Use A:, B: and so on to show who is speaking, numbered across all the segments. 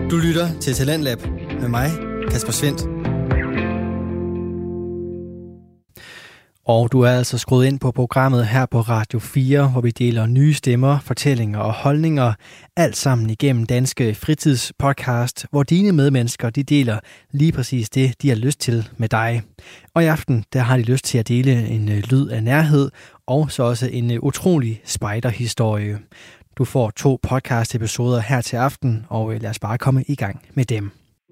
A: Du lytter til Talentlab med mig, Kasper Svendt. Og du er altså skruet ind på programmet her på Radio 4, hvor vi deler nye stemmer, fortællinger og holdninger, alt sammen igennem Danske Fritidspodcast, hvor dine medmennesker de deler lige præcis det, de har lyst til med dig. Og i aften der har de lyst til at dele en lyd af nærhed, og så også en utrolig spejderhistorie. Du får 2 podcast-episoder her til aften, og lad os bare komme i gang med dem.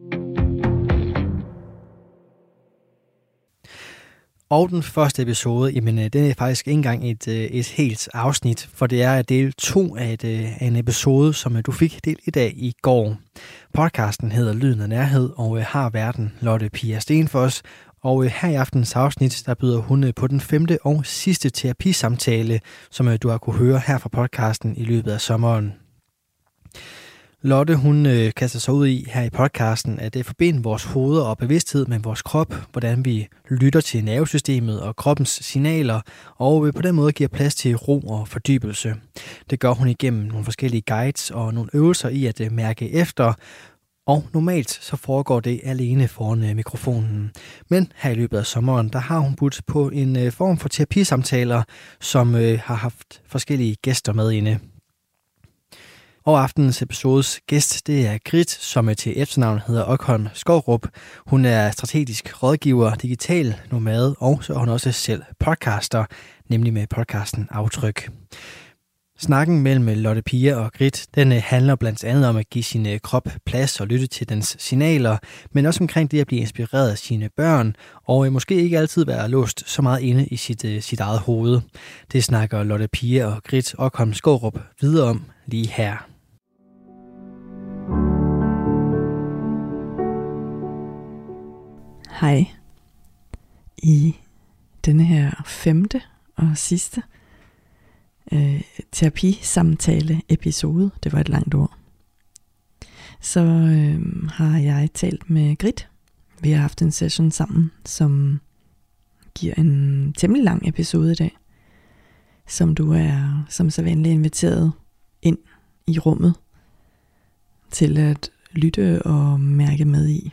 A: Og den første episode, jamen den er faktisk ikke engang et helt afsnit, for det er del 2 af en episode, som du fik del 1 af i går. Podcasten hedder Lyden af Nærhed, og har værten Lotte Pia Stenfoss. Og her i aftens afsnit, der byder hun på den 5. og sidste terapisamtale, som du har kunne høre her fra podcasten i løbet af sommeren. Lotte, hun kaster sig ud i her i podcasten, at det forbinder vores hoveder og bevidsthed med vores krop, hvordan vi lytter til nervesystemet og kroppens signaler, og på den måde giver plads til ro og fordybelse. Det gør hun igennem nogle forskellige guides og nogle øvelser i at mærke efter, og normalt så foregår det alene foran mikrofonen. Men her i løbet af sommeren, der har hun budt på en form for terapisamtaler, som har haft forskellige gæster med inde. Og aftenens episodes gæst, det er Grit, som til efternavn hedder Okholm Skourup. Hun er strategisk rådgiver, digital nomade, og så er hun også selv podcaster, nemlig med podcasten Aftryk. Snakken mellem Lotte Pia og Grit, den handler blandt andet om at give sin krop plads og lytte til dens signaler, men også omkring det at blive inspireret af sine børn, og måske ikke altid være låst så meget inde i sit eget hoved. Det snakker Lotte Pia og Grit Okholm Skourup videre om lige her.
B: Hej. I denne her 5. og sidste terapisamtale episode, det var et langt ord, så har jeg talt med Grit. Vi har haft en session sammen, som giver en temmelig lang episode i dag, som du er som så venlig inviteret ind i rummet til at lytte og mærke med i.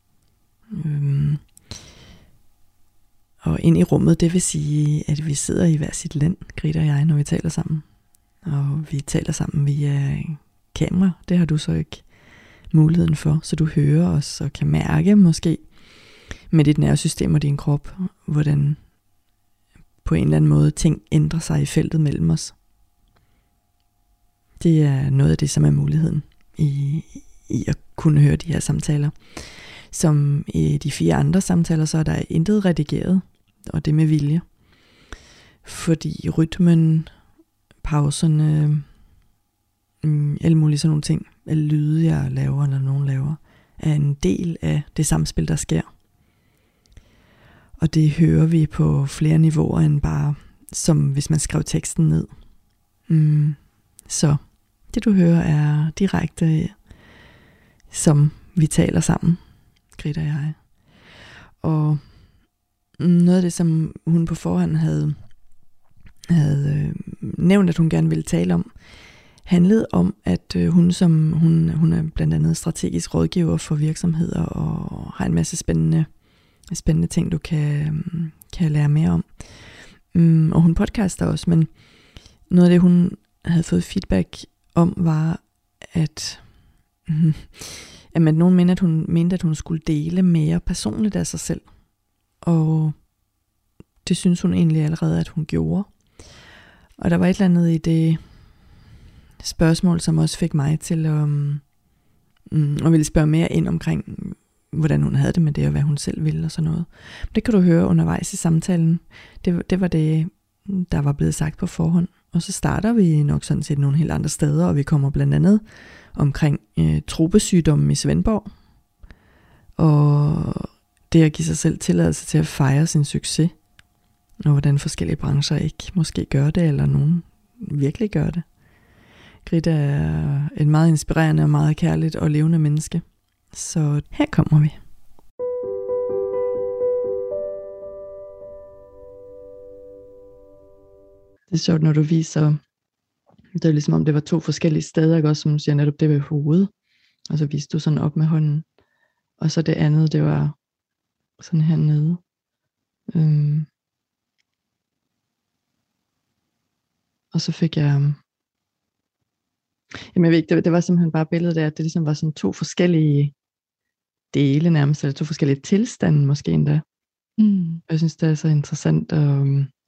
B: Og ind i rummet, det vil sige, at vi sidder i hver sit land, Grit og jeg, når vi taler sammen. Og vi taler sammen via kamera. Det har du så ikke muligheden for, så du hører os og kan mærke måske med dit nervesystem og din krop, hvordan på en eller anden måde ting ændrer sig i feltet mellem os. Det er noget af det, som er muligheden i at kunne høre de her samtaler. Som i de 4 andre samtaler, så er der intet redigeret, og det med vilje. Fordi rytmen, pauserne, alle mulige sådan nogle ting, alle lyde jeg laver, eller nogen laver, er en del af det samspil, der sker. Og det hører vi på flere niveauer end bare, som hvis man skrev teksten ned. Så det du hører er direkte, som vi taler sammen, Grit og jeg. Og noget af det, som hun på forhånd havde nævnt, at hun gerne ville tale om, handlede om, at hun er blandt andet strategisk rådgiver for virksomheder og har en masse spændende ting, du kan lære mere om. Og hun podcaster også, men noget af det, hun havde fået feedback om, var, at nogen mente, at hun skulle dele mere personligt af sig selv. Og det synes hun egentlig allerede, at hun gjorde. Og der var et eller andet i det spørgsmål, som også fik mig til at ville spørge mere ind omkring, hvordan hun havde det med det, og hvad hun selv ville og sådan noget. Det kan du høre undervejs i samtalen. Det var det, der var blevet sagt på forhånd. Og så starter vi nok sådan set nogle helt andre steder, og vi kommer blandt andet omkring tropesygdommen i Svendborg. Og det at give sig selv tilladelse til at fejre sin succes. Og hvordan forskellige brancher ikke måske gør det, eller nogen virkelig gør det. Grit er et meget inspirerende og meget kærligt og levende menneske. Så her kommer vi. Det er sjovt, når du viser, det er ligesom om det var 2 forskellige steder, ikke? Også som du siger netop det ved hovedet. Og så viste du sådan op med hånden. Og så det andet, det var sådan hernede. Og så fik jeg... Jamen jeg ved ikke, det var simpelthen bare billedet af, at det ligesom var sådan 2 forskellige dele nærmest, eller 2 forskellige tilstande måske endda. Jeg synes, det er så interessant, og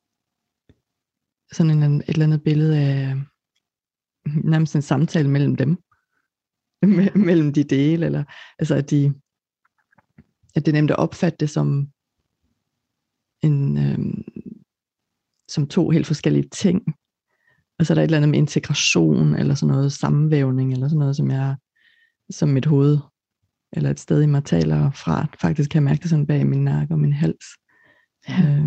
B: sådan et eller andet billede af nærmest en samtale mellem dem. Mellem de dele, eller altså at det nemt at opfatte det som som 2 helt forskellige ting. Og så er der et eller andet med integration, eller sådan noget sammenvævning, eller sådan noget, som mit hoved, eller et sted i mig taler fra. Faktisk kan jeg mærke det sådan bag min nakke og min hals. Ja.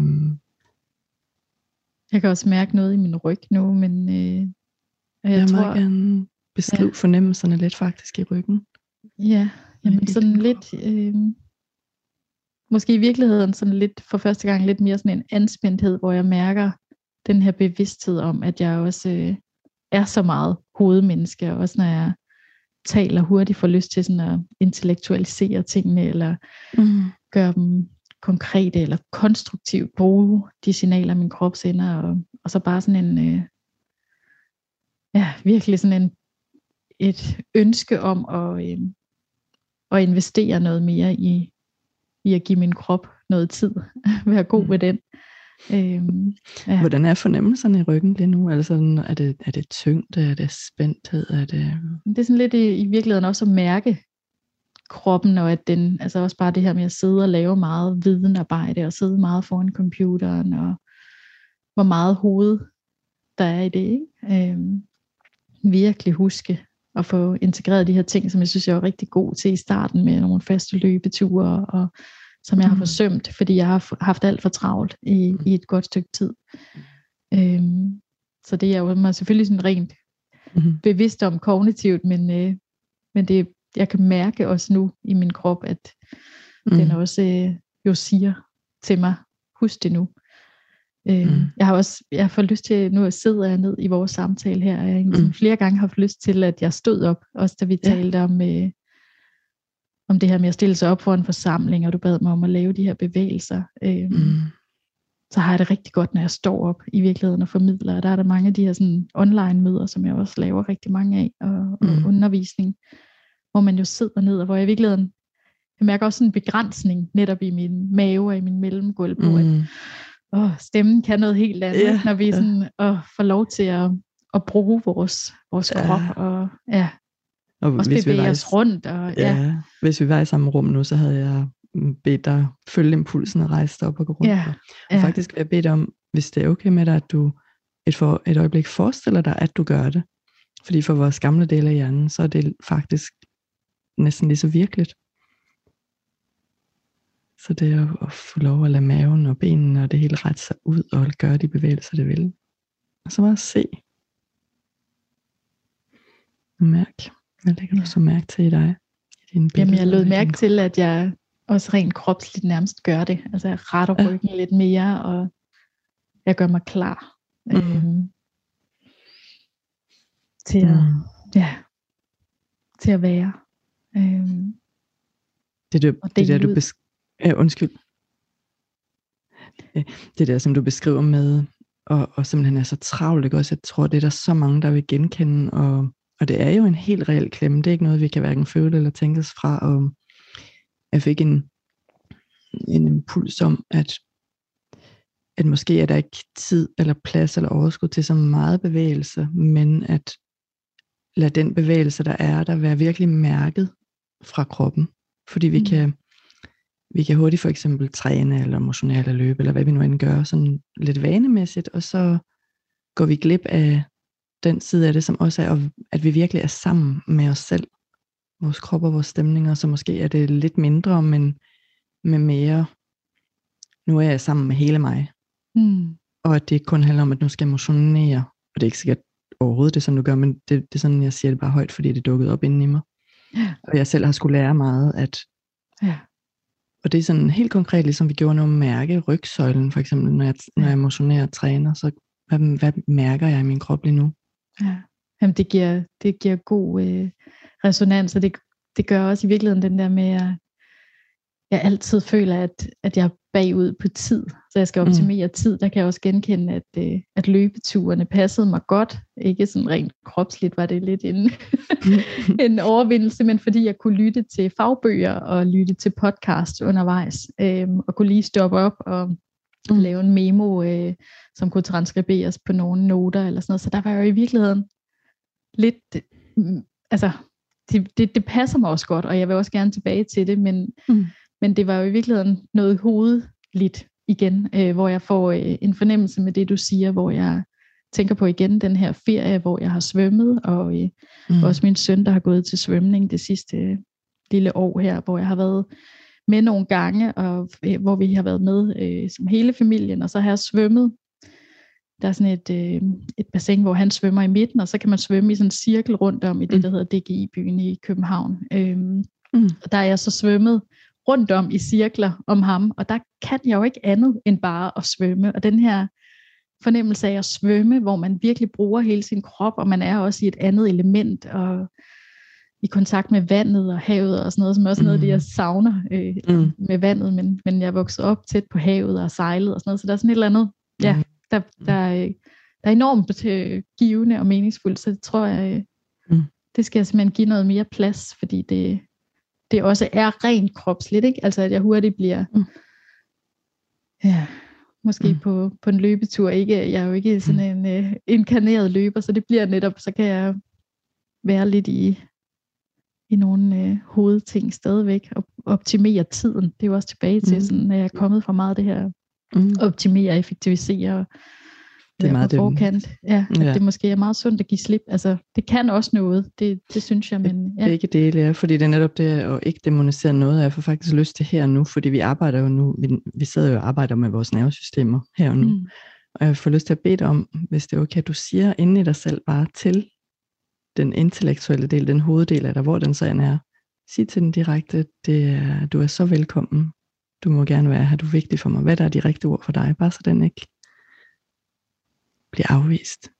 C: Jeg kan også mærke noget i min ryg nu, men jeg tror...
B: Jeg gerne beskrive fornemmelserne lidt faktisk i ryggen.
C: Ja, jamen sådan lidt... måske i virkeligheden sådan lidt for første gang lidt mere sådan en anspændthed, hvor jeg mærker den her bevidsthed om, at jeg også er så meget hovedmenneske, og også når jeg taler hurtigt, får lyst til sådan at intellektualisere tingene, eller gøre dem konkrete, eller konstruktivt bruge de signaler, min krop sender, og så bare sådan en, virkelig sådan et ønske om at investere noget mere i at give min krop noget tid, være god ved den.
B: Hvordan er fornemmelserne i ryggen lige nu? Altså, er det tyngde, er det spændthed?
C: Det er sådan lidt i virkeligheden også at mærke kroppen, og at den, altså også bare det her med at sidde og lave meget videnarbejde, og sidde meget foran computeren, og hvor meget hoved der er i det, ikke? Virkelig huske at få integreret de her ting, som jeg synes, jeg var rigtig god til i starten, med nogle faste løbeture, og som jeg har forsømt, fordi jeg har haft alt for travlt i et godt stykke tid. Så det er jo mig selvfølgelig sådan rent bevidst om kognitivt, men det, jeg kan mærke også nu i min krop, at den også jo siger til mig, husk det nu. Jeg har fået lyst til, nu sidder jeg ned i vores samtale her, og jeg flere gange har haft lyst til, at jeg stod op, også da vi talte om det her med at stille sig op for en forsamling, og du bad mig om at lave de her bevægelser. Så har jeg det rigtig godt, når jeg står op i virkeligheden og formidler, og der er der mange af de her sådan online møder, som jeg også laver rigtig mange af, og undervisning, hvor man jo sidder ned, og hvor jeg i virkeligheden, jeg mærker også en begrænsning netop i min mave og i min mellemgulv, på at stemmen kan noget helt andet, når vi sådan, får lov til at bruge vores krop, og også bevæge os rundt. Og,
B: hvis vi var i samme rum nu, så havde jeg bedt dig følge impulsen og rejse op og gå rundt. Og faktisk vil jeg bede dig om, hvis det er okay med dig, at du et øjeblik forestiller dig, at du gør det. Fordi for vores gamle dele af hjernen, så er det faktisk næsten lige så virkeligt. Så det er at få lov at lade maven og benene og det hele rette sig ud og gøre de bevægelser, det vil. Og så bare se. Og mærk. Hvad lægger du så mærke til i dig? I dine billeder?
C: Jamen jeg lod mærke til, at jeg også rent kropsligt nærmest gør det. Altså jeg retter ryggen lidt mere, og jeg gør mig klar. Til at være.
B: Det der du undskyld. Det der som du beskriver med og simpelthen er så travlt, ikke også? Jeg tror det er der så mange der vil genkende, og det er jo en helt reel klemme. Det er ikke noget vi kan hverken føle eller tænke os fra. Og jeg fik en impuls om at måske er der ikke tid eller plads eller overskud til så meget bevægelse, men at lade den bevægelse der er der være virkelig mærket fra kroppen, fordi vi kan hurtigt for eksempel træne eller motionere eller løbe eller hvad vi nu end gør, sådan lidt vanemæssigt, og så går vi glip af den side af det, som også er at vi virkelig er sammen med os selv, vores krop og vores stemninger. Så måske er det lidt mindre, men med mere, nu er jeg sammen med hele mig. Og at det ikke kun handler om, at nu skal jeg motionere, og det er ikke sikkert overhovedet det, som du gør, men det er sådan, jeg siger det bare højt, fordi det dukkede op inden i mig. Og jeg selv har skulle lære meget, og det er sådan helt konkret, ligesom vi gjorde nu, mærke rygsøjlen, for eksempel, når jeg motionerer og træner, så hvad mærker jeg i min krop lige nu?
C: Ja. Jamen, det giver god resonans, og det det gør også i virkeligheden den der med, at jeg altid føler, at jeg er bagud på tid, så jeg skal optimere tid. Der kan jeg også genkende, at løbeturene passede mig godt. Ikke sådan rent kropsligt var det lidt en overvindelse, men fordi jeg kunne lytte til fagbøger og lytte til podcast undervejs, og kunne lige stoppe op og lave en memo, som kunne transkriberes på nogle noter eller sådan noget. Så der var jo i virkeligheden lidt, altså det passer mig også godt, og jeg vil også gerne tilbage til det, men det var jo i virkeligheden noget hovedligt igen, hvor jeg får en fornemmelse med det, du siger, hvor jeg tænker på igen den her ferie, hvor jeg har svømmet, og også min søn, der har gået til svømning det sidste lille år her, hvor jeg har været med nogle gange, og hvor vi har været med som hele familien, og så har jeg svømmet. Der er sådan et bassin, hvor han svømmer i midten, og så kan man svømme i sådan en cirkel rundt om i det, der hedder DGI-byen i København. Og der er jeg så svømmet rundt om i cirkler om ham, og der kan jeg jo ikke andet end bare at svømme. Og den her fornemmelse af at svømme, hvor man virkelig bruger hele sin krop, og man er også i et andet element, og i kontakt med vandet og havet og sådan noget, som også noget af det, jeg savner med vandet, men jeg er vokset op tæt på havet og sejlet og sådan noget, så der er sådan et eller andet, der er enormt givende og meningsfuldt, så det tror jeg, det skal jeg simpelthen give noget mere plads, fordi det også er rent kropsligt, ikke? Altså at jeg hurtigt bliver måske på en løbetur, jeg er jo ikke sådan en inkarneret løber, så det bliver netop, så kan jeg være lidt i nogle hovedting stadigvæk, og optimere tiden. Det er jo også tilbage til, sådan, når jeg er kommet fra meget det her, optimere, effektivisere,
B: det er meget
C: på forkant. Det måske er meget sundt at give slip. Altså, det kan også noget, det synes jeg. Men,
B: Begge dele, ja, fordi det er netop det at ikke demonisere noget, jeg får faktisk lyst til her og nu, fordi vi arbejder jo nu, vi sidder jo og arbejder med vores nervesystemer her og nu, og jeg får lyst til at bede dig om, hvis det er okay, at du siger inde i dig selv bare til den intellektuelle del, den hoveddel af dig, hvor den så er. Sig til den direkte, du er så velkommen, du må gerne være her, du er vigtig for mig. Hvad der er de rigtige ord for dig, bare så den ikke bliver afvist.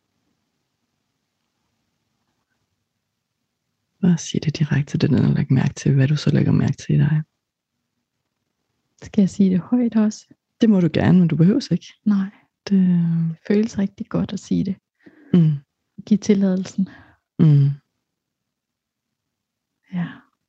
B: Bare sig det direkte til den, og læg mærke til, hvad du så lægger mærke til i dig.
C: Skal jeg sige det højt også?
B: Det må du gerne, men du behøver ikke.
C: Nej, det føles rigtig godt at sige det. Giv tilladelsen. Ja.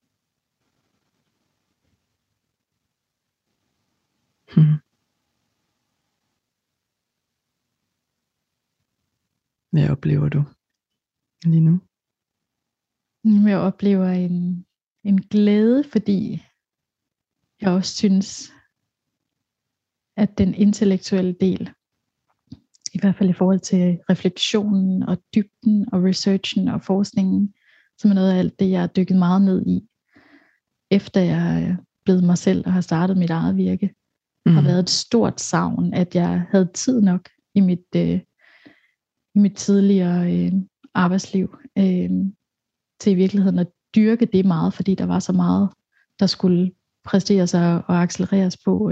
B: Hvad oplever du lige nu?
C: Jeg oplever en glæde, fordi jeg også synes, at den intellektuelle del, i hvert fald i forhold til refleksionen og dybden og researchen og forskningen, som er noget af alt det, jeg har dykket meget ned i, efter jeg er blevet mig selv og har startet mit eget virke, har været et stort savn, at jeg havde tid nok i mit tidligere arbejdsliv til i virkeligheden at dyrke det meget, fordi der var så meget, der skulle præsteres og accelereres på.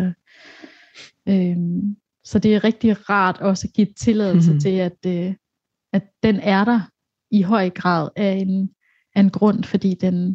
C: Så det er rigtig rart også at give tilladelse til, at den er der i høj grad af en grund, fordi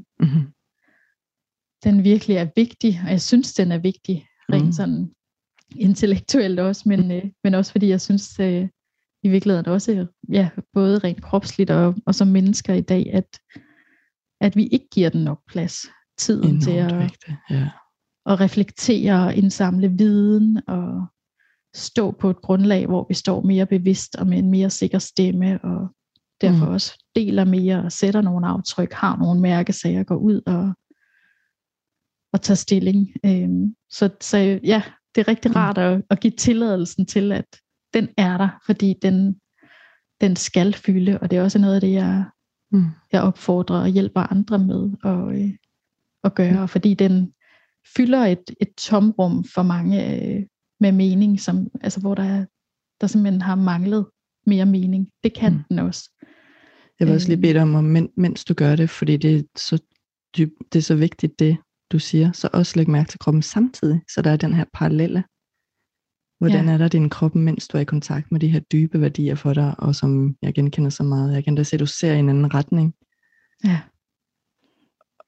C: den virkelig er vigtig, og jeg synes, den er vigtig, rent sådan intellektuelt også, men også fordi jeg synes i virkeligheden også, både rent kropsligt og som mennesker i dag, at vi ikke giver den nok plads, tiden enormt til at reflektere og indsamle viden og stå på et grundlag, hvor vi står mere bevidst og med en mere sikker stemme, og derfor også deler mere og sætter nogle aftryk, har nogle mærkesager, går ud og tager stilling. Så ja, det er rigtig rart at give tilladelsen til, at den er der, fordi den skal fylde, og det er også noget af det, jeg opfordrer og hjælper andre med at gøre, fordi den fylder et tomrum for mange med mening, hvor der simpelthen har manglet mere mening. Det kan den også.
B: Jeg vil også lige bede dig om, mens du gør det, fordi det er så dybt, det er så vigtigt det, du siger, så også læg mærke til kroppen samtidig, så der er den her parallelle. Hvordan er der din krop, mens du er i kontakt med de her dybe værdier for dig, og som jeg genkender så meget. Jeg kan da se, at du ser i en anden retning.
C: Ja.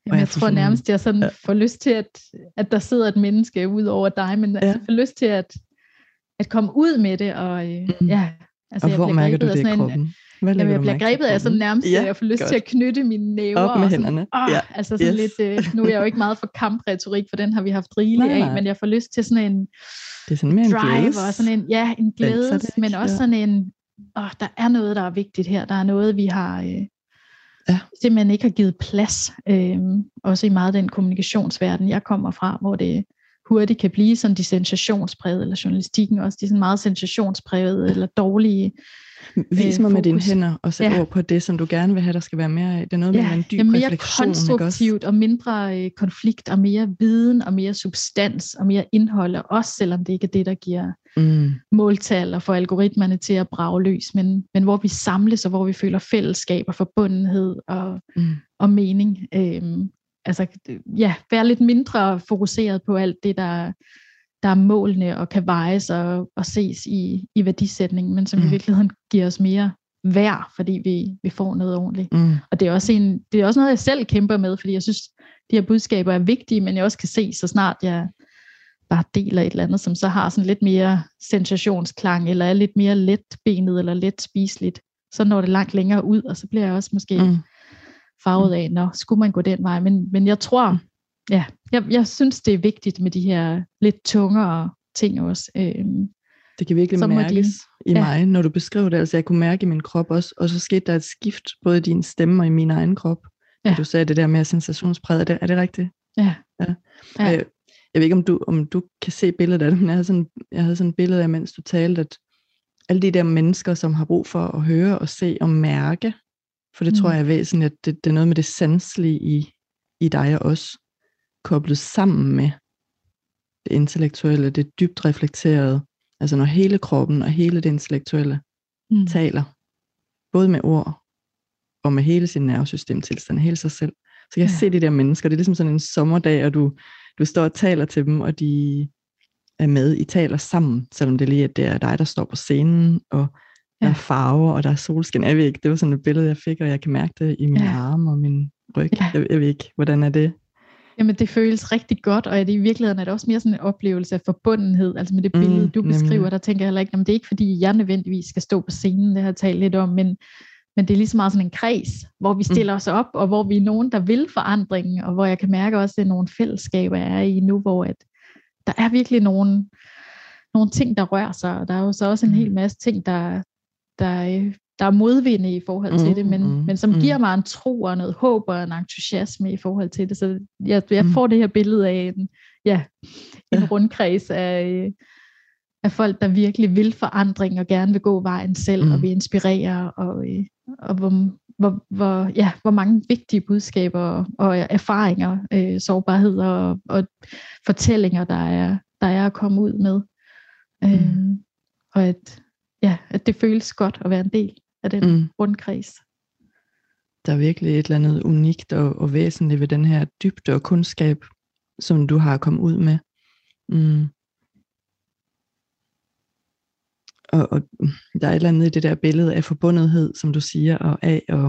C: Jamen, jeg tror nærmest, jeg sådan får lyst til, at der sidder et menneske ud over dig, men jeg får lyst til at komme ud med det, og
B: altså, og hvor mærker du det i kroppen?
C: Jeg bliver grebet af sådan nærmest, jeg får lyst til at knytte mine næver.
B: Op med hænderne.
C: Altså sådan lidt, nu er jeg jo ikke meget for kampretorik, for den har vi haft rigeligt af, men jeg får lyst til sådan en
B: det er sådan mere
C: drive,
B: en glædes.
C: og sådan en glædes, men også sådan en, der er noget, der er vigtigt her. Der er noget, vi har simpelthen ikke har givet plads. Også i meget den kommunikationsverden, jeg kommer fra, hvor det hurtigt kan blive sådan de sensationsprægede, eller journalistikken også, de sådan meget sensationsprægede, eller dårlige.
B: Vis mig med dine hænder, og sæt ord på det, som du gerne vil have, der skal være mere af. Det er noget med en dyb
C: mere
B: refleksion.
C: Mere konstruktivt, og mindre konflikt, og mere viden, og mere substans, og mere indhold, også selvom det ikke er det, der giver måltal, og får algoritmerne til at brage løs, men hvor vi samles, og hvor vi føler fællesskab, og forbundenhed, og mening. Altså, være lidt mindre fokuseret på alt det, der er målene og kan vejes og ses i værdisætningen, men som i virkeligheden giver os mere værd, fordi vi får noget ordentligt. Og det er også noget, jeg selv kæmper med, fordi jeg synes, de her budskaber er vigtige, men jeg også kan se, så snart jeg bare deler et eller andet, som så har sådan lidt mere sensationsklang, eller er lidt mere letbenet, eller let spiseligt, så når det langt længere ud, og så bliver jeg også måske farvet af, skulle man gå den vej. Men jeg tror, jeg synes, det er vigtigt med de her lidt tungere ting også.
B: Det kan virkelig mærkes i mig, når du beskriver det. Altså jeg kunne mærke i min krop også, og så skete der et skift, både i din stemme og i min egen krop. Du sagde det der med sensationspræget. Er det rigtigt?
C: Ja.
B: Jeg ved ikke, om du kan se billedet af det, men jeg havde sådan et billede af, mens du talte, at alle de der mennesker, som har brug for at høre og se og mærke, for det tror jeg er væsentligt, at det er noget med det sanselige i dig og os, koblet sammen med det intellektuelle, det dybt reflekterede, altså når hele kroppen og hele det intellektuelle taler, både med ord og med hele sin nervesystemtilstand, hele sig selv. Så kan jeg se de der mennesker, det er ligesom sådan en sommerdag, og du står og taler til dem, og de er med, I taler sammen, selvom det lige er, det er dig, der står på scenen, og der er farver, og der er solskin. Jeg ved ikke, det var sådan et billede, jeg fik, og jeg kan mærke det i mine arme og min ryg. Jeg ved ikke, hvordan er det?
C: Jamen det føles rigtig godt, og i virkeligheden er det også mere sådan en oplevelse af forbundenhed, altså med det billede, du beskriver, der tænker jeg heller ikke, det er ikke fordi, jeg nødvendigvis skal stå på scenen, det har jeg talt lidt om, men det er ligesom meget sådan en kreds, hvor vi stiller os op, og hvor vi er nogen, der vil forandringen, og hvor jeg kan mærke også, at det er nogle fællesskaber, jeg er i nu, hvor der er virkelig nogle ting, der rører sig, og der er jo så også en hel masse ting, der er modvinde i forhold til det, men som giver mig en tro og noget håb og en entusiasme i forhold til det. Så jeg får det her billede af en rundkreds af folk, der virkelig vil forandring og gerne vil gå vejen selv og vil inspirere, og hvor mange vigtige budskaber og erfaringer, sårbarheder og fortællinger, der er at komme ud med. Og at det føles godt at være en del af den rundkreds.
B: Der er virkelig et eller andet unikt og væsentligt ved den her dybde og kundskab, som du har kommet ud med. Og der er et eller andet i det der billede af forbundethed, som du siger, og af at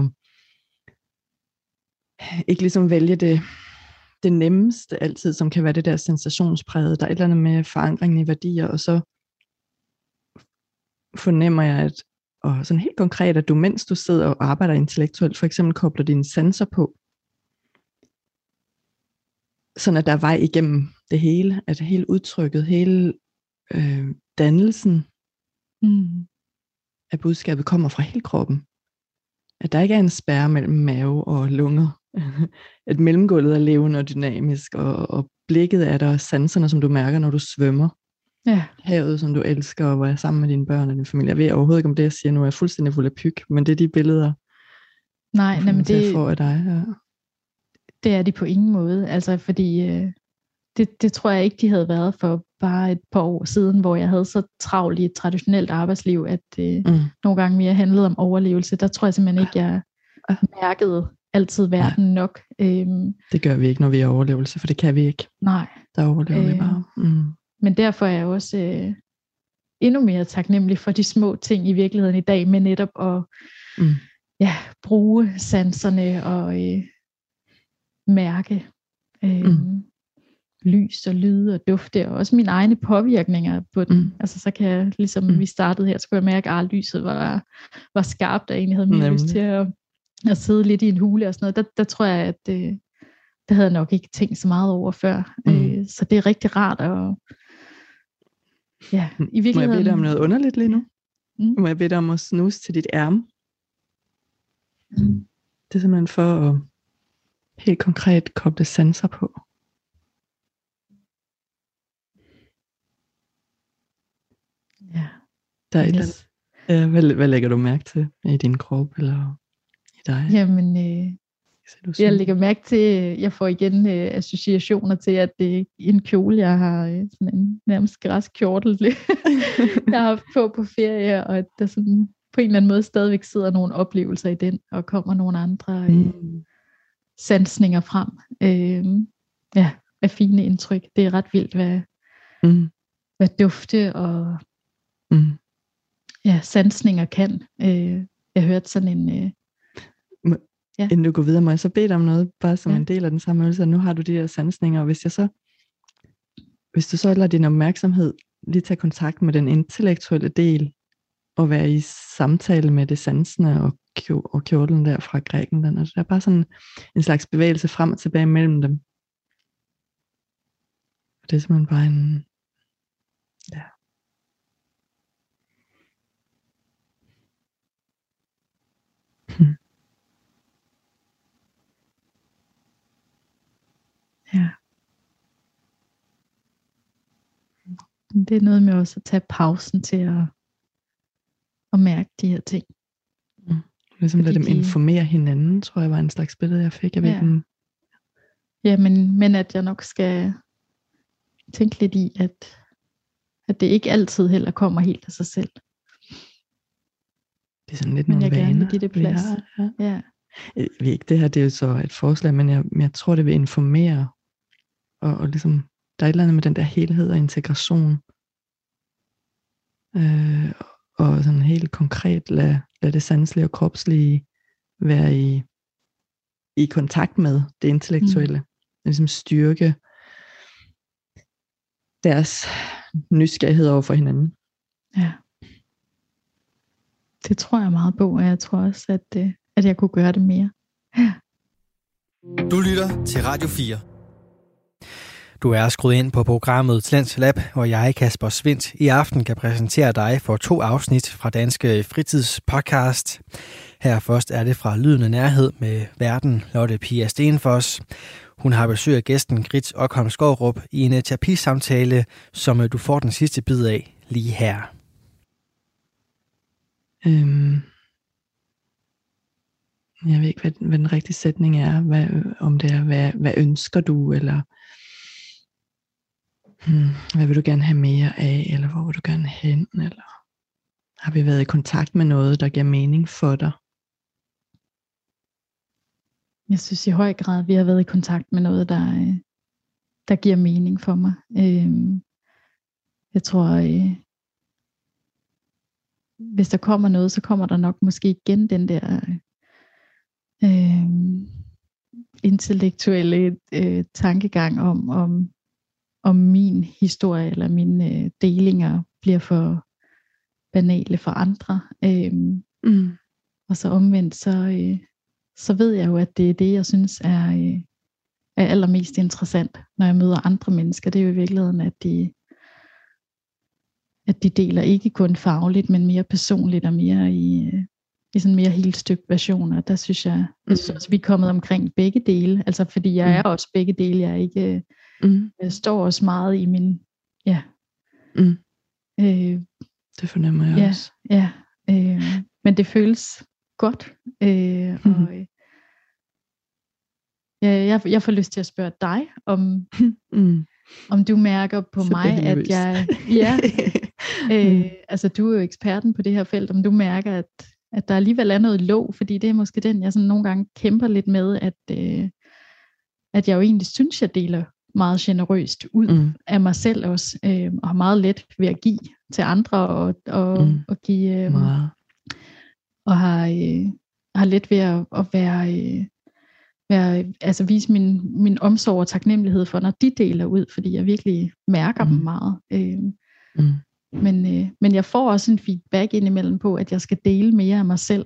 B: ikke ligesom vælge det nemmeste altid, som kan være det der sensationsprægede. Der er et eller andet med forankringen i værdier, og så fornemmer jeg, og sådan helt konkret, at du, mens du sidder og arbejder intellektuelt, for eksempel kobler dine sanser på, sådan at der er vej igennem det hele, at hele udtrykket, hele dannelsen af budskabet kommer fra hele kroppen. At der ikke er en spærre mellem mave og lunger. At mellemgulvet er levende og dynamisk, og blikket er der, sanserne, som du mærker, når du svømmer. Havet, som du elsker, og hvor jeg er sammen med dine børn og din familie. Jeg ved overhovedet ikke, om det, jeg siger nu, er fuldstændig fuld af pyg, men det er de billeder,
C: men det
B: får af dig. Ja.
C: Det er de på ingen måde, altså fordi det tror jeg ikke, de havde været for bare et par år siden, hvor jeg havde så travlt i et traditionelt arbejdsliv, at nogle gange mere handlede om overlevelse. Der tror jeg simpelthen ikke, jeg mærkede altid verden nok.
B: Det gør vi ikke, når vi er overlevelse, for det kan vi ikke.
C: Nej.
B: Der overlever vi bare.
C: Men derfor er jeg også endnu mere taknemmelig for de små ting i virkeligheden i dag, med netop at bruge sanserne og mærke lys og lyde og dufte, og også mine egne påvirkninger på den. Altså så kan jeg, ligesom vi startede her, så kunne jeg mærke, at lyset var skarpt, og jeg egentlig havde mere lyst til at sidde lidt i en hule og sådan noget. Der tror jeg, at det havde jeg nok ikke tænkt så meget over før. Så det er rigtig rart at i virkeligheden... Må
B: jeg bede dig om noget underligt lige nu? Må jeg bede dig om at snuse til dit ærme? Det er simpelthen for at helt konkret koble sanser på.
C: Ja.
B: Der er et eller andet. Hvad lægger du mærke til i din krop eller i dig?
C: Jamen, jeg lægger mærke til, jeg får igen associationer til, at det er en kjole, jeg har sådan en nærmest græskjortel, jeg har haft på ferie, og at der sådan på en eller anden måde stadigvæk sidder nogle oplevelser i den, og kommer nogle andre sansninger frem. Af fine indtryk. Det er ret vildt, hvad dufte og sansninger kan. Jeg hørte sådan en...
B: Inden du går videre, må jeg så bede dig om noget, bare som en del af den samme øvelse. Nu har du de der sansninger, og hvis du så lader din opmærksomhed lige tage kontakt med den intellektuelle del, og være i samtale med det sansende og kjortlen der fra Grækenland, og der er bare sådan en slags bevægelse frem og tilbage mellem dem. Og det er simpelthen bare en... Ja.
C: Ja. Det er noget med også at tage pausen til at mærke de her ting.
B: Ligesom lade dem informere hinanden, tror jeg var en slags billede, jeg fik.
C: Ja, men at jeg nok skal tænke lidt i, at det ikke altid heller kommer helt af sig selv.
B: Det er sådan lidt nogle vaner. Men jeg gerne vil
C: give det plads. Ja.
B: Det her det er jo så et forslag, men jeg tror, det vil informere. Og ligesom, der er et eller andet med den der helhed og integration. Og sådan helt konkret lade det sanselige og kropslige være i kontakt med det intellektuelle. Ligesom styrke deres nysgerrighed over for hinanden.
C: Ja. Det tror jeg meget på, og jeg tror også, at jeg kunne gøre det mere. Ja.
A: Du lytter til Radio 4. Du er skruet ind på programmet Talents Lab, hvor jeg, Kasper Svindt, i aften kan præsentere dig for 2 afsnit fra Danske Fritidspodcast. Her først er det fra Lyden af Nærhed med værten Lotte Pia Stenfoss. Hun har besøg af gæsten Grits Okholm Skårup i en terapisamtale, som du får den sidste bid af lige her.
B: Jeg ved ikke, hvad den rigtige sætning er. Om det er, hvad ønsker du, eller hvad vil du gerne have mere af, eller hvor vil du gerne hen, eller har vi været i kontakt med noget, der giver mening for dig?
C: Jeg synes i høj grad, vi har været i kontakt med noget, der giver mening for mig. Jeg tror, hvis der kommer noget, så kommer der nok måske igen den der intellektuelle tankegang om min historie eller mine delinger bliver for banale for andre. Og så omvendt, så ved jeg jo, at det er det, jeg synes er allermest interessant, når jeg møder andre mennesker. Det er jo i virkeligheden, at de deler ikke kun fagligt, men mere personligt og mere i sådan mere helt stykke versioner. Der synes jeg også, vi er kommet omkring begge dele. Altså fordi jeg er også begge dele. Jeg er ikke... Jeg står også meget i min... Ja.
B: Det fornemmer jeg også.
C: Ja. Men det føles godt. Og jeg får lyst til at spørge dig, om du mærker på så mig, at jeg... Ja. Altså du er jo eksperten på det her felt. Om du mærker, at der alligevel er noget låg, fordi det er måske den, jeg sådan nogle gange kæmper lidt med, at jeg jo egentlig synes, jeg deler meget generøst ud af mig selv også, og har meget let ved at give til andre, og give, og har let ved at være altså vise min omsorg og taknemmelighed for, når de deler ud, fordi jeg virkelig mærker dem meget. Men jeg får også en feedback indimellem på, at jeg skal dele mere af mig selv.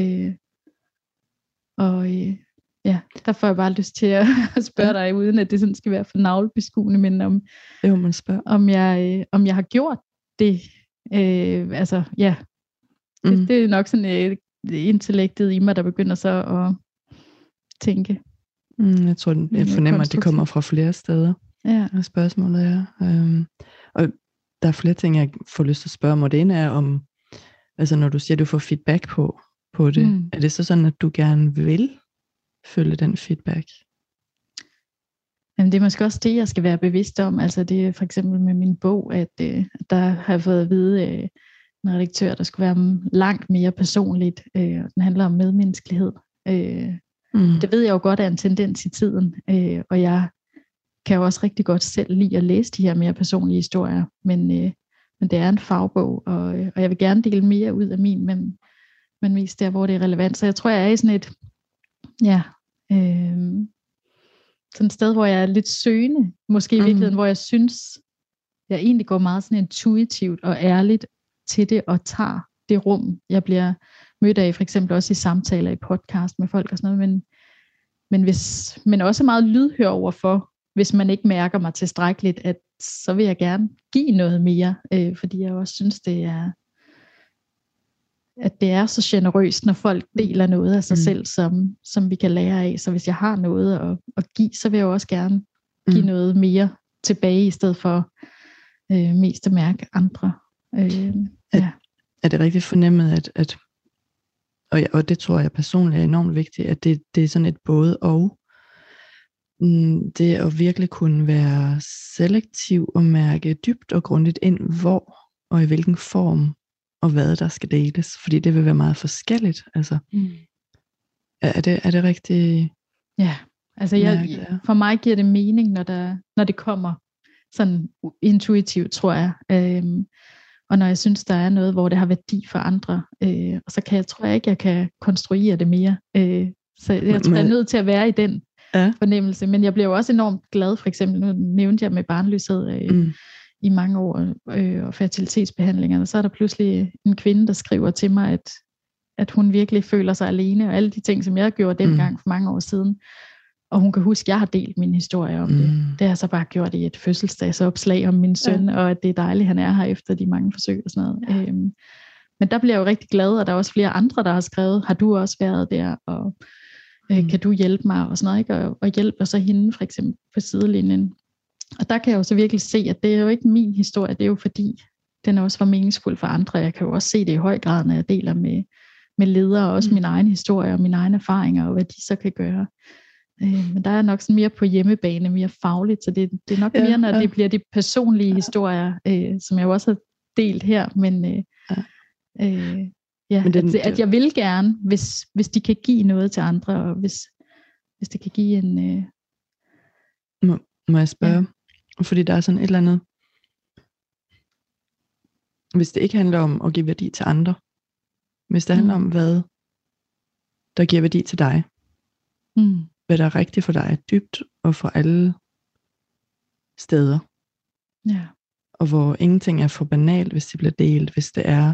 C: Der får jeg bare lyst til at spørge dig, uden at det sådan skal være for navlebeskuende, men om jeg har gjort det. Det er nok sådan intellektet i mig, der begynder så at tænke.
B: Jeg tror, jeg fornemmer, at det kommer fra flere steder.
C: Ja.
B: Og spørgsmålet er, og der er flere ting, jeg får lyst til at spørge om, og det ene er om, altså når du siger, at du får feedback på det, er det så sådan, at du gerne vil følge den feedback?
C: Jamen, det er måske også det, jeg skal være bevidst om. Altså det er for eksempel med min bog, at der har jeg fået at vide en redaktør, der skulle være langt mere personligt. Den handler om medmenneskelighed. Det ved jeg jo godt er en tendens i tiden, og jeg kan jo også rigtig godt selv lide at læse de her mere personlige historier, men det er en fagbog, og jeg vil gerne dele mere ud af min, men mest der, hvor det er relevant. Så jeg tror, jeg er i sådan et, sådan et sted, hvor jeg er lidt søgende, måske i virkeligheden, hvor jeg synes, jeg egentlig går meget sådan intuitivt og ærligt til det, og tager det rum, jeg bliver mødt af, for eksempel også i samtaler i podcast med folk og sådan noget, men også meget lydhør overfor, hvis man ikke mærker mig tilstrækkeligt, at så vil jeg gerne give noget mere, fordi jeg også synes, at det er så generøst, når folk deler noget af sig selv, som vi kan lære af. Så hvis jeg har noget at give, så vil jeg også gerne give noget mere tilbage, i stedet for mest at mærke andre.
B: Er det rigtig fornemmet, at og det tror jeg personligt er enormt vigtigt, at det er sådan et både og. Det at virkelig kunne være selektiv og mærke dybt og grundigt ind, hvor og i hvilken form og hvad der skal deles, fordi det vil være meget forskelligt. Altså, er det rigtigt?
C: Ja, altså for mig giver det mening, når det kommer sådan intuitivt, tror jeg. Og når jeg synes, der er noget, hvor det har værdi for andre, og så tror jeg ikke, jeg kan konstruere det mere. Så jeg tror, jeg er nødt til at være i den fornemmelse. Men jeg bliver jo også enormt glad, for eksempel, nu nævnte jeg med barnløshed i mange år, og fertilitetsbehandlingerne, så er der pludselig en kvinde, der skriver til mig, at hun virkelig føler sig alene, og alle de ting, som jeg gjorde dengang for mange år siden. Og hun kan huske, at jeg har delt min historie om det. Det har jeg så bare gjort i et fødselsdagsopslag om min søn, og at det er dejligt, han er her efter de mange forsøg og sådan noget. Men der bliver jeg jo rigtig glad, og der er også flere andre, der har skrevet, har du også været der, og kan du hjælpe mig, og sådan noget, ikke? Og hjælper så hende for eksempel på sidelinjen. Og der kan jeg jo så virkelig se, at det er jo ikke min historie, det er jo fordi, den også var meningsfuld for andre. Jeg kan jo også se det i høj grad, når jeg deler med ledere, og også min egen historie og mine egne erfaringer, og hvad de så kan gøre. Men der er nok sådan mere på hjemmebane, mere fagligt, så det er nok mere, når det bliver de personlige historier, som jeg jo også har delt her, men at jeg vil gerne, hvis de kan give noget til andre, og hvis det kan give en...
B: Må jeg spørge? Fordi der er sådan et eller andet, hvis det ikke handler om at give værdi til andre, hvis det handler om, hvad der giver værdi til dig, hvad der er rigtigt for dig, dybt og for alle steder, og hvor ingenting er for banalt, hvis det bliver delt, hvis det er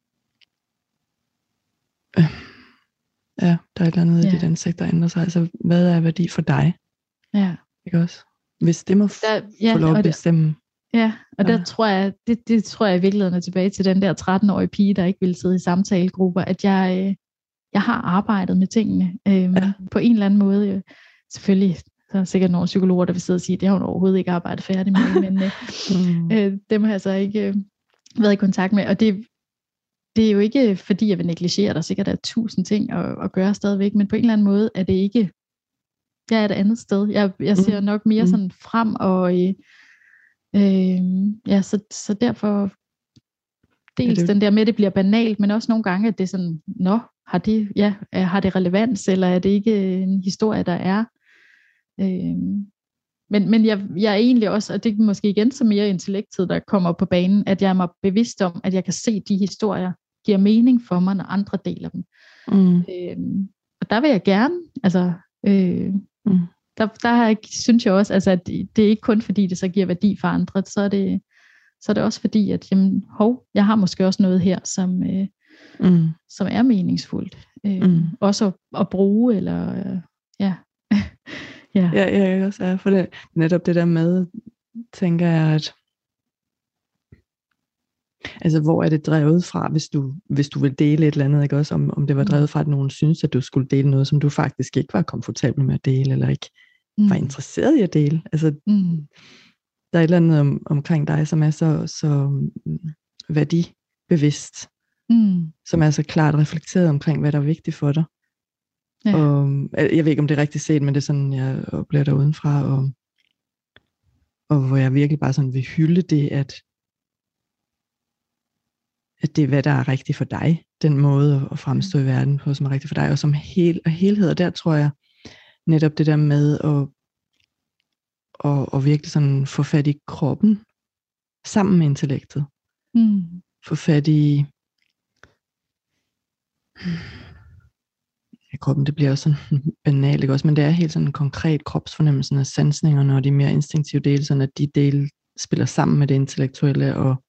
B: der er et eller andet i dit ansigt, der ændrer sig. Altså, hvad er værdi for dig?
C: Ja.
B: Ikke også? Hvis det må få lov at bestemme.
C: Der tror jeg, det tror jeg i virkeligheden er tilbage til den der 13-årige pige, der ikke ville sidde i samtalegrupper, at jeg har arbejdet med tingene på en eller anden måde. Selvfølgelig, så er der sikkert nogle psykologer, der vil sidde og sige, det har hun overhovedet ikke arbejdet færdig med, men dem har jeg så ikke været i kontakt med, og det er jo ikke, fordi jeg vil negligere, der sikkert er 1000 ting at gøre stadigvæk, men på en eller anden måde er det ikke, jeg er et andet sted. Jeg ser nok mere sådan frem, og så derfor dels den der med, at det bliver banalt, men også nogle gange, at det er sådan, har det relevans, eller er det ikke en historie, der er? Men jeg er egentlig også, og det er måske igen så mere intellektet, der kommer på banen, at jeg er mig bevidst om, at jeg kan se, at de historier giver mening for mig, når andre deler dem. Og der vil jeg gerne, altså Der har jeg, synes jeg også, altså, at det er ikke kun fordi, det så giver værdi for andre, så er det også fordi, at jamen, jeg har måske også noget her, som er meningsfuldt. Også at bruge, eller ja.
B: Ja, jeg også er for det. Netop det der med, tænker jeg, at altså, hvor er det drevet fra, hvis du vil dele et eller andet, ikke også, om det var drevet fra, at nogen synes, at du skulle dele noget, som du faktisk ikke var komfortabel med at dele, eller ikke var interesseret i at dele. Altså, der er et eller andet omkring dig, som er så værdibevidst, som er så klart reflekteret omkring, hvad der er vigtigt for dig. Ja. Og jeg ved ikke, om det er rigtigt set, men det er sådan, jeg oplever der udenfra, og hvor jeg virkelig bare sådan vil hylde det, at det er, hvad der er rigtigt for dig, den måde at fremstå i verden på, som er rigtigt for dig, og som helhed, og der tror jeg netop det der med at virkelig sådan få fat i kroppen, sammen med intellektet. Få fat i kroppen, det bliver også sådan banalt, ikke også, men det er helt sådan en konkret kropsfornemmelsen af sansningerne, og de mere instinktive dele, sådan at de dele spiller sammen med det intellektuelle, og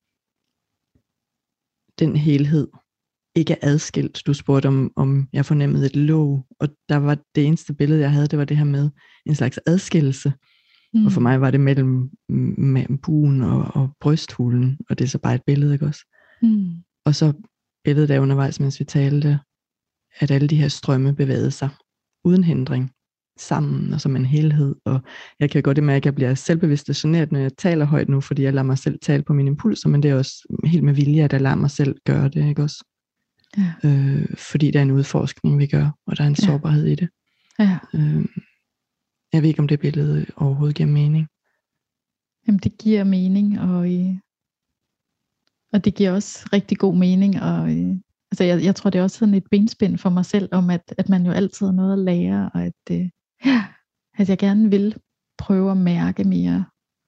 B: den helhed ikke er adskilt. Du spurgte om jeg fornemmede et låg, og der var det eneste billede, jeg havde, det var det her med en slags adskillelse. Og for mig var det mellem buen og brysthulen, og det er så bare et billede, ikke også? Og så billedet der undervejs, mens vi talte, at alle de her strømme bevægede sig uden hindring, sammen og som en helhed. Og jeg kan godt mærke, at jeg bliver selvbevidst og generet, når jeg taler højt nu, fordi jeg lader mig selv tale på mine impulser, men det er også helt med vilje, at jeg lader mig selv gøre det, ikke også? Ja. Fordi der er en udforskning, vi gør, og der er en sårbarhed i det. Ja. Jeg ved ikke, om det billede overhovedet giver mening.
C: Jamen, det giver mening, og det giver også rigtig god mening, og altså jeg tror, det er også sådan et benspænd for mig selv, om at man jo altid har noget at lære, og at jeg gerne vil prøve at mærke mere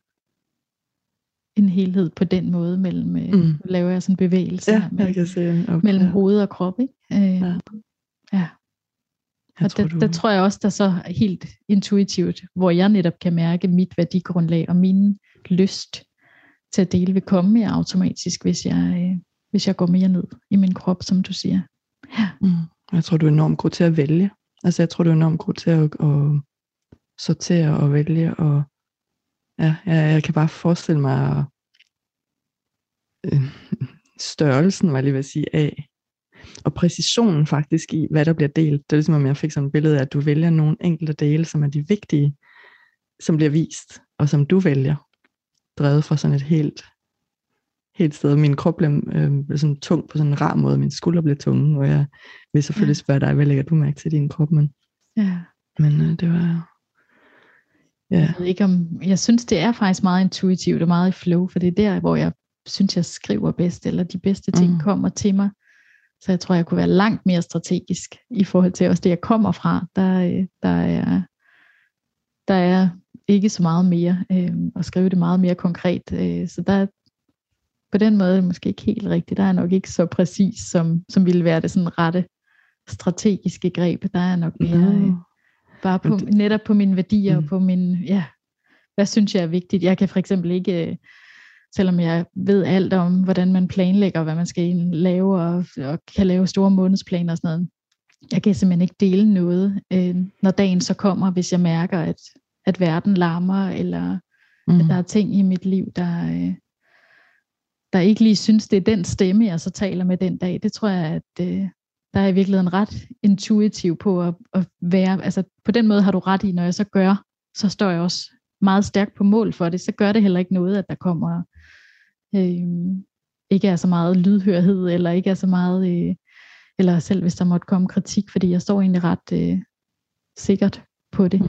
C: en helhed på den måde, mellem laver jeg sådan en bevægelse mellem hoved og krop, ikke? Ja. Og der tror jeg også, der så helt intuitivt, hvor jeg netop kan mærke mit værdigrundlag og min lyst til at dele vil komme mere automatisk, hvis jeg går mere ned i min krop, som du siger. Ja.
B: Jeg tror, du er enormt god til at vælge. Altså jeg tror, du er enormt god til at sortere og vælge. Og jeg kan bare forestille mig størrelsen, var jeg lige ved at sige, af. Og præcisionen faktisk i, hvad der bliver delt. Det er ligesom, om jeg fik sådan et billede af, at du vælger nogle enkelte dele, som er de vigtige, som bliver vist, og som du vælger. Drevet fra sådan et helt sted. Min krop bliver sådan tung på sådan en rar måde. Min skulder bliver tunge, og jeg vil selvfølgelig spørge dig, hvad lægger du mærke til din krop? Men det var... Ja.
C: Jeg ved ikke om... Jeg synes, det er faktisk meget intuitivt og meget i flow, for det er der, hvor jeg synes, jeg skriver bedst, eller de bedste ting kommer til mig. Så jeg tror, jeg kunne være langt mere strategisk i forhold til også det, jeg kommer fra. Der er ikke så meget mere, og skrive det meget mere konkret. Så der på den måde er det måske ikke helt rigtigt. Der er nok ikke så præcis, som ville være det sådan rette strategiske greb. Der er nok mere bare på, netop på mine værdier og på hvad synes jeg er vigtigt. Jeg kan for eksempel ikke, selvom jeg ved alt om, hvordan man planlægger, hvad man skal lave, og kan lave store månedsplaner og sådan noget. Jeg kan simpelthen ikke dele noget, når dagen så kommer, hvis jeg mærker, at verden larmer, eller at der er ting i mit liv, der ikke lige synes, det er den stemme, jeg så taler med den dag. Det tror jeg, at der er i virkeligheden ret intuitiv på at være, altså på den måde har du ret i, når jeg så gør, så står jeg også meget stærkt på mål for det, så gør det heller ikke noget, at der kommer ikke er så meget lydhørhed, eller ikke er så meget, eller selv hvis der måtte komme kritik, fordi jeg står egentlig ret sikkert på det.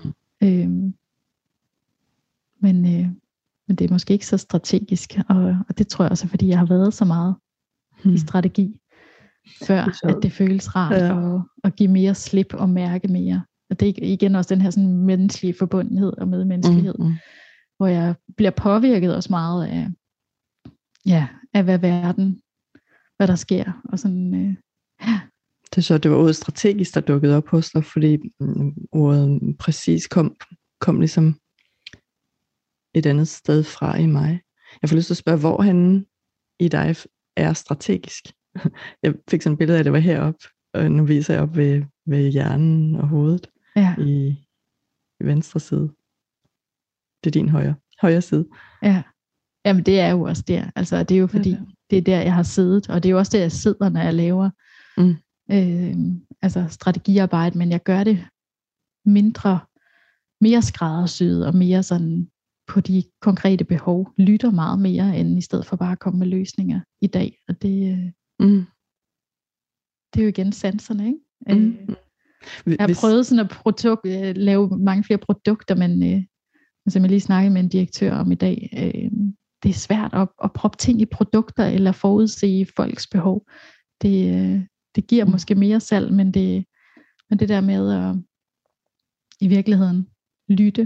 C: Men det er måske ikke så strategisk, og det tror jeg også, fordi jeg har været så meget i strategi, før at det føles rart at give mere slip og mærke mere. Og det er igen også den her sådan menneskelige forbundenhed og medmenneskelighed, hvor jeg bliver påvirket også meget af hvad der sker. Og sådan,
B: Det var ordet strategisk, der dukkede op hos dig, fordi ordet præcis kom ligesom et andet sted fra i mig. Jeg får lyst til at spørge, hvorhenne i dig er strategisk? Jeg fik sådan et billede af, at det var heroppe, og nu viser jeg op ved hjernen og hovedet i venstre side. Det er din højre side.
C: Ja. Jamen det er jo også der. Altså det er jo fordi, det er der, jeg har siddet, og det er jo også der, jeg sidder, når jeg laver altså strategiarbejde, men jeg gør det mere skræddersyet, og mere sådan på de konkrete behov, lytter meget mere, end i stedet for bare at komme med løsninger i dag. Og det er jo igen sanserne, ikke? Jeg har prøvet sådan at lave mange flere produkter, men som jeg lige snakkede med en direktør om i dag, det er svært at proppe ting i produkter, eller forudse folks behov. Det giver måske mere salg, men det der med at i virkeligheden lytte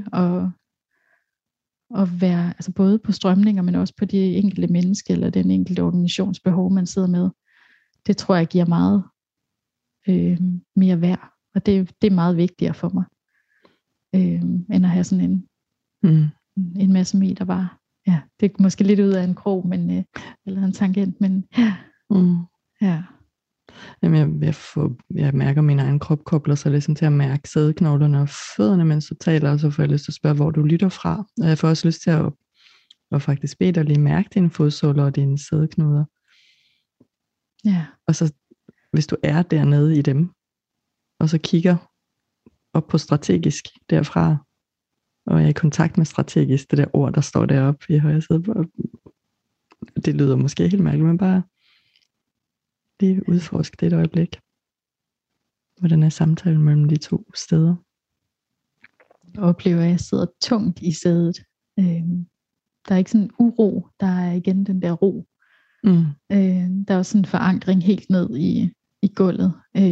C: og være altså både på strømninger, men også på de enkelte mennesker eller den enkelte organisations behov, man sidder med, det tror jeg giver meget mere værd. Og det er meget vigtigere for mig, end at have sådan en masse meter bare. Ja, det er måske lidt ud af en krog, men, eller en tangent, men ja.
B: Jamen, jeg mærker, at min egen krop kobler sig ligesom til at mærke sædeknoglerne og fødderne, mens du taler, og så får jeg lyst til at spørge, hvor du lytter fra. Og jeg får også lyst til at faktisk bede dig lige mærke dine fodsåler og dine sædeknuder.
C: Ja.
B: Og så, hvis du er dernede i dem, og så kigger op på strategisk derfra, og er i kontakt med strategisk, det der ord, der står deroppe i højre side. Det lyder måske helt mærkeligt, men bare lige udforske det et øjeblik. Hvordan er samtalen mellem de to steder?
C: Jeg oplever, at jeg sidder tungt i sædet. Der er ikke sådan en uro, der er igen den der ro. Der er også sådan en forankring helt ned i gulvet.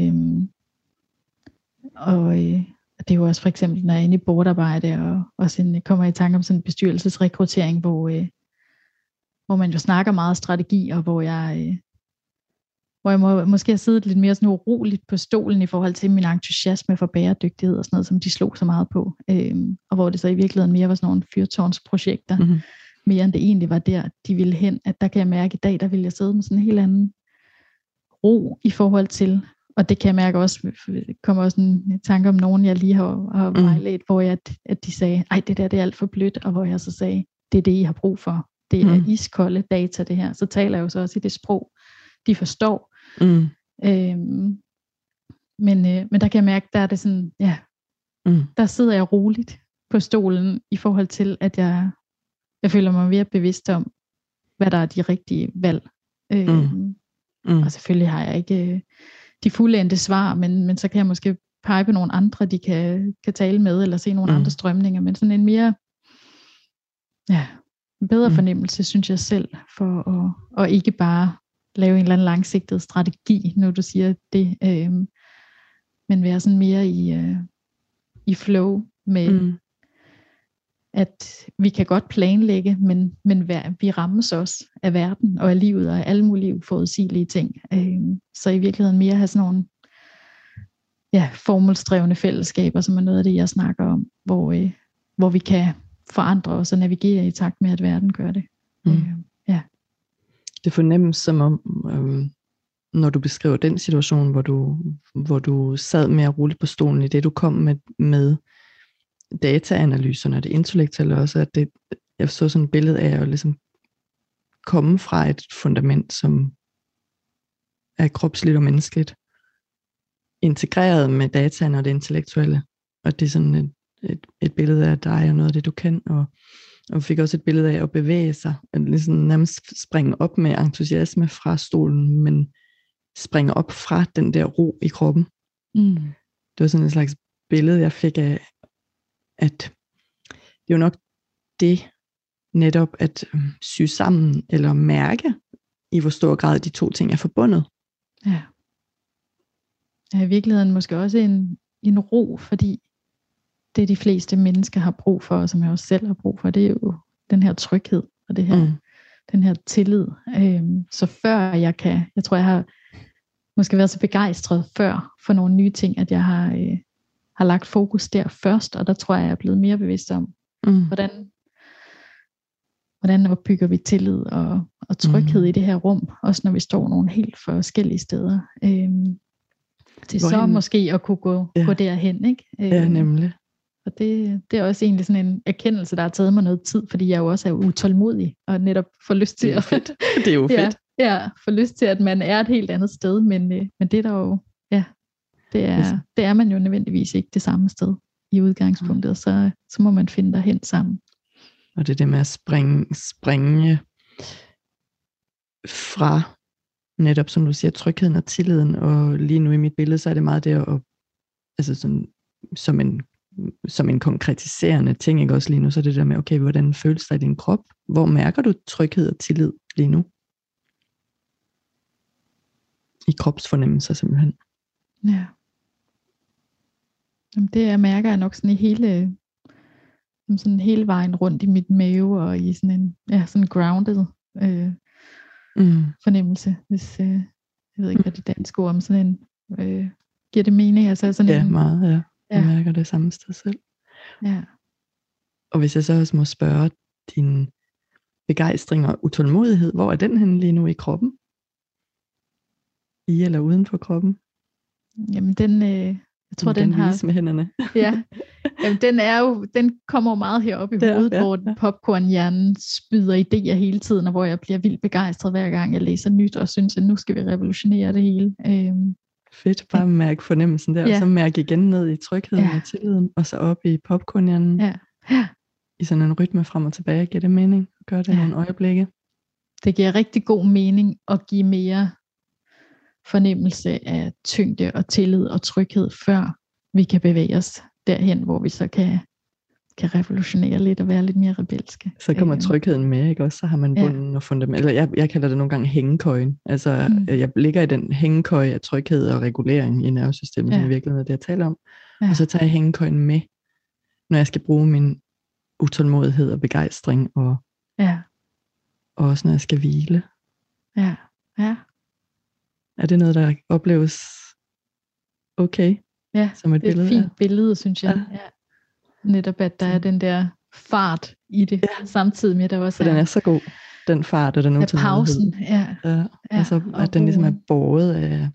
C: Og det er jo også for eksempel, når jeg er inde i bordarbejde, og sådan, kommer i tanke om sådan en bestyrelsesrekruttering, hvor man jo snakker meget strategi, og hvor jeg måske har siddet lidt mere sådan uroligt på stolen i forhold til min entusiasme for bæredygtighed og sådan noget, som de slog så meget på. Og hvor det så i virkeligheden mere var sådan nogle fyrtårnsprojekter, mere end det egentlig var der, de ville hen. At der kan jeg mærke, at i dag, der vil jeg sidde med sådan en helt anden ro i forhold til. Og det kan jeg mærke også, kommer også en tanke om nogen, jeg lige har vejledt, hvor at de sagde, ej, det der det er alt for blødt, og hvor jeg så sagde, det er det, I har brug for. Det er iskolde data, det her. Så taler jeg jo så også i det sprog, de forstår. Men der kan jeg mærke, der er det sådan, der sidder jeg roligt på stolen, i forhold til, at jeg føler mig mere bevidst om, hvad der er de rigtige valg. Og selvfølgelig har jeg ikke de fuldendte svar, men så kan jeg måske pege på nogle andre, de kan tale med, eller se nogle andre strømninger, men sådan en mere bedre fornemmelse, synes jeg selv, for at ikke bare lave en eller anden langsigtet strategi, når du siger det, men være sådan mere i flow med, at vi kan godt planlægge, men vi rammes også af verden og af livet og af alle mulige uforudsigelige ting. Så i virkeligheden mere have sådan nogle formålsdrevne fællesskaber, som er noget af det, jeg snakker om, hvor vi kan forandre os og navigere i takt med, at verden gør det.
B: Det fornemmes som om, når du beskriver den situation, hvor du sad mere roligt på stolen i det, du kom med dataanalyserne og det intellektuelle også, at jeg så sådan et billede af at ligesom komme fra et fundament, som er kropsligt og menneskeligt, integreret med dataen og det intellektuelle. Og det er sådan et billede af dig og noget af det, du kan, og fik også et billede af at bevæge sig, at ligesom nærmest springe op med entusiasme fra stolen, men springe op fra den der ro i kroppen. Det var sådan en slags billede, jeg fik af, at det er jo nok det netop at sy sammen, eller mærke, i hvor stor grad de to ting er forbundet.
C: Ja. I virkeligheden måske også en ro, fordi det de fleste mennesker har brug for, og som jeg også selv har brug for, det er jo den her tryghed, og det her, den her tillid. Så før jeg tror jeg har måske været så begejstret før for nogle nye ting, at jeg har lagt fokus der først, og der tror jeg er blevet mere bevidst om, hvordan opbygger vi tillid og tryghed i det her rum, også når vi står nogle helt forskellige steder. Til så måske at kunne gå derhen, ikke?
B: Ja, nemlig.
C: Og det er også egentlig sådan en erkendelse, der har taget mig noget tid, fordi jeg jo også er utålmodig, og netop får lyst til at...
B: Det er jo fedt.
C: Ja, får lyst til, at man er et helt andet sted, men det er der jo... Ja, det er man jo nødvendigvis ikke det samme sted i udgangspunktet, så må man finde derhen sammen.
B: Og det er det med at springe fra netop, som du siger, trygheden og tilliden, og lige nu i mit billede, så er det meget det at, altså sådan, som en konkretiserende ting, ikke også lige nu, så er det der med, okay, hvordan føles det i din krop? Hvor mærker du tryghed og tillid lige nu? I kropsfornemmelser simpelthen.
C: Ja. Jamen det jeg mærker jeg nok sådan i hele vejen rundt i mit mave, og i sådan en sådan grounded fornemmelse, hvis jeg ved ikke hvad det danske ord om sådan en giver det mening, altså sådan en,
B: meget, ja. Jeg mærker det samme sted selv.
C: Ja.
B: Og hvis jeg så også må spørge, din begejstring og utålmodighed, hvor er den henne lige nu i kroppen? I eller uden for kroppen?
C: Jamen den, jeg tror den har...
B: med hænderne.
C: Ja, jamen, den kommer jo meget heroppe i hovedet, hvor popcornhjernen spyder idéer hele tiden, og hvor jeg bliver vildt begejstret hver gang jeg læser nyt, og synes, at nu skal vi revolutionere det hele.
B: Fedt, bare mærke fornemmelsen der, og så mærke igen ned i trygheden og tilliden, og så op i popcornhjernen.
C: Ja.
B: I sådan en rytme frem og tilbage, giver det mening? Gør det nogle øjeblikke?
C: Det giver rigtig god mening at give mere fornemmelse af tyngde og tillid og tryghed, før vi kan bevæge os derhen, hvor vi så kan revolutionere lidt og være lidt mere rebelske.
B: Så kommer trygheden med, ikke også? Så har man bunden og fundament. Eller jeg kalder det nogle gange hængekøjen. Altså jeg ligger i den hængekøje af tryghed og regulering i nervesystemet, som i virkeligheden er det, jeg taler om. Og så tager jeg hængekøjen med, når jeg skal bruge min utålmodighed og begejstring, og også når jeg skal hvile.
C: Ja.
B: Er det noget, der opleves okay?
C: Ja, som et billede? Det er et fint billede, synes jeg. Ja. Netop, at der er den der fart i det, samtidig med, der også
B: er... den er så god, den fart og den utålmodighed.
C: Pausen,
B: altså, at den ligesom er båret af,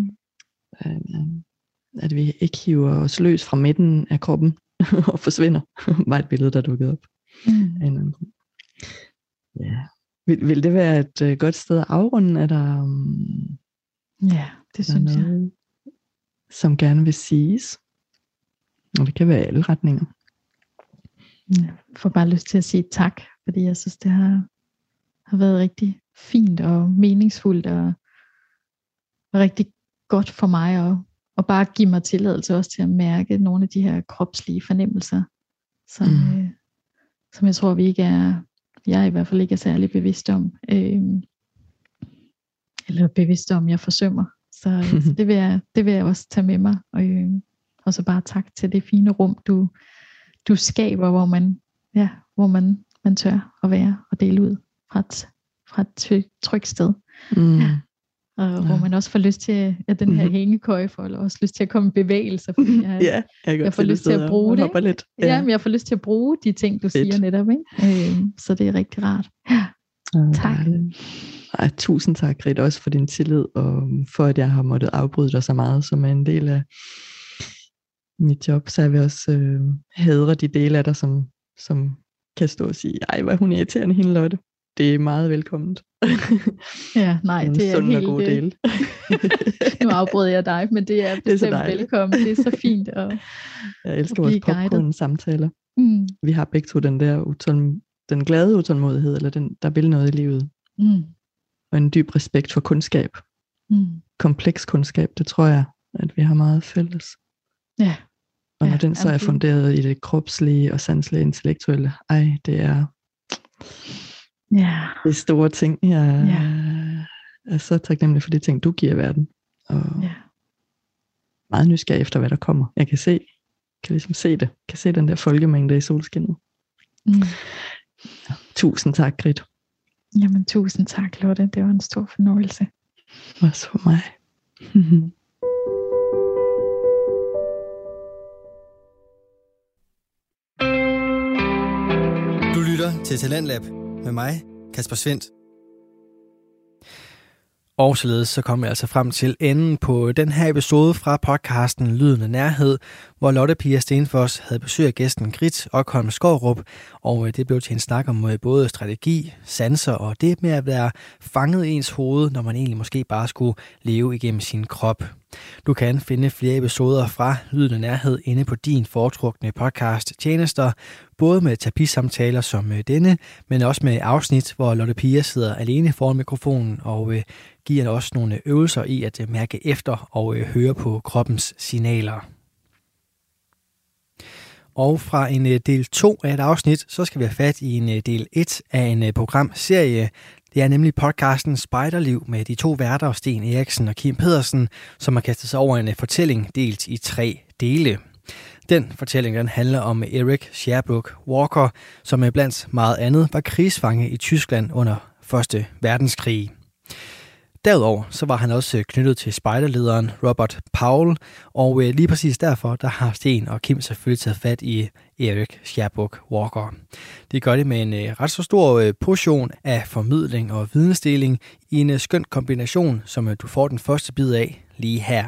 B: at vi ikke hiver os løs fra midten af kroppen og forsvinder, var et billede, der dukkede op. Af en anden. Ja. Vil det være et godt sted at afrunde? Er der...
C: Ja, det synes jeg.
B: Som gerne vil siges. Og det kan være alle retninger.
C: Jeg får bare lyst til at sige tak, fordi jeg synes, det har været rigtig fint og meningsfuldt og rigtig godt for mig at bare give mig tilladelse også til at mærke nogle af de her kropslige fornemmelser, som jeg tror, jeg i hvert fald ikke er særlig bevidst om. Eller bevidst om, jeg forsømmer. Så det vil jeg også tage med mig. Og så bare tak til det fine rum, du skaber, hvor man tør at være og dele ud fra et trygt sted. Og hvor man også får lyst til, at den her hængekøje får også lyst til at komme i bevægelse, fordi jeg får lyst til at bruge det.
B: Lidt.
C: Men jeg får lyst til at bruge de ting, du siger netop. Ikke? Så det er rigtig rart. Tak.
B: Tusind tak, Grit, også for din tillid, og for at jeg har måttet afbryde dig så meget, som er en del af mit job. Så jeg vil også hædre de dele af dig, som kan stå og sige, ej, hvor er hun irriterende, hende Lotte. Det er meget velkomment.
C: Ja, nej, det er helt...
B: god del.
C: Nu afbryder jeg dig, men det er bestemt velkommen. Det er så fint at
B: jeg elsker vores popcorn-samtaler. Vi har begge to den der den glade utålmodighed, eller den, der vil noget i livet. Og en dyb respekt for kundskab. Kompleks kundskab, det tror jeg, at vi har meget fælles.
C: Ja.
B: Og når den så er funderet i det kropslige og sanselige intellektuelle, det er det store ting. Jeg er så taknemmelig for de ting, du giver verden. Og meget nysgerrig efter, hvad der kommer. Jeg kan ligesom se det. Kan se den der folkemængde i solskinnet. Tusind tak, Grit.
C: Jamen, tusind tak, Lotte. Det var en stor fornøjelse.
B: Også for mig.
A: Du lytter til Talentlab med mig, Kasper Svendt. Og således så kom jeg altså frem til enden på den her episode fra podcasten Lyden af Nærhed, hvor Lotte Pia Stenfoss havde besøg af gæsten Grit Okholm Skårup, og det blev til en snak om både strategi, sanser og det med at være fanget i ens hoved, når man egentlig måske bare skulle leve igennem sin krop. Du kan finde flere episoder fra Lyden af Nærhed inde på din foretrukne podcast tjenester, både med terapisamtaler som denne, men også med afsnit, hvor Lotte Pia sidder alene foran mikrofonen og giver også nogle øvelser i at mærke efter og høre på kroppens signaler. Og fra en del 2 af et afsnit, så skal vi have fat i en del 1 af en programserie. Det er nemlig podcasten Spejderliv med de 2 værter, Sten Eriksen og Kim Pedersen, som har kastet sig over en fortælling delt i 3 dele. Den fortælling den handler om Eric Sherbrooke Walker, som blandt meget andet var krigsfange i Tyskland under 1. verdenskrig. Derudover så var han også knyttet til spejderlederen Robert Powell, og lige præcis derfor der har Sten og Kim selvfølgelig taget fat i Eric Sherbrooke Walker. De gør det med en ret så stor portion af formidling og vidensdeling i en skøn kombination, som du får den første bid af lige her.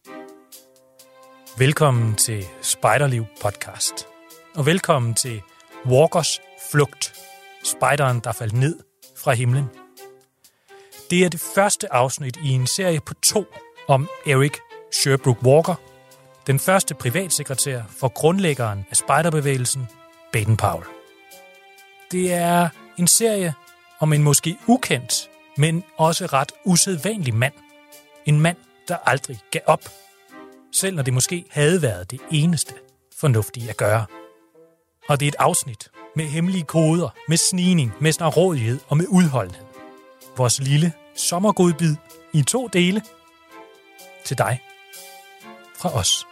D: Velkommen til Spejderliv podcast, og velkommen til Walkers flugt, spejderen der faldt ned fra himlen. Det er det første afsnit i en serie på 2 om Eric Sherbrooke Walker, den første privatsekretær for grundlæggeren af spejderbevægelsen, Baden-Powell. Det er en serie om en måske ukendt, men også ret usædvanlig mand. En mand, der aldrig gav op, selv når det måske havde været det eneste fornuftige at gøre. Og det er et afsnit med hemmelige koder, med snigning, med snarrådighed og med udholdenhed. Vores lille sommergodbid i 2 dele til dig fra os.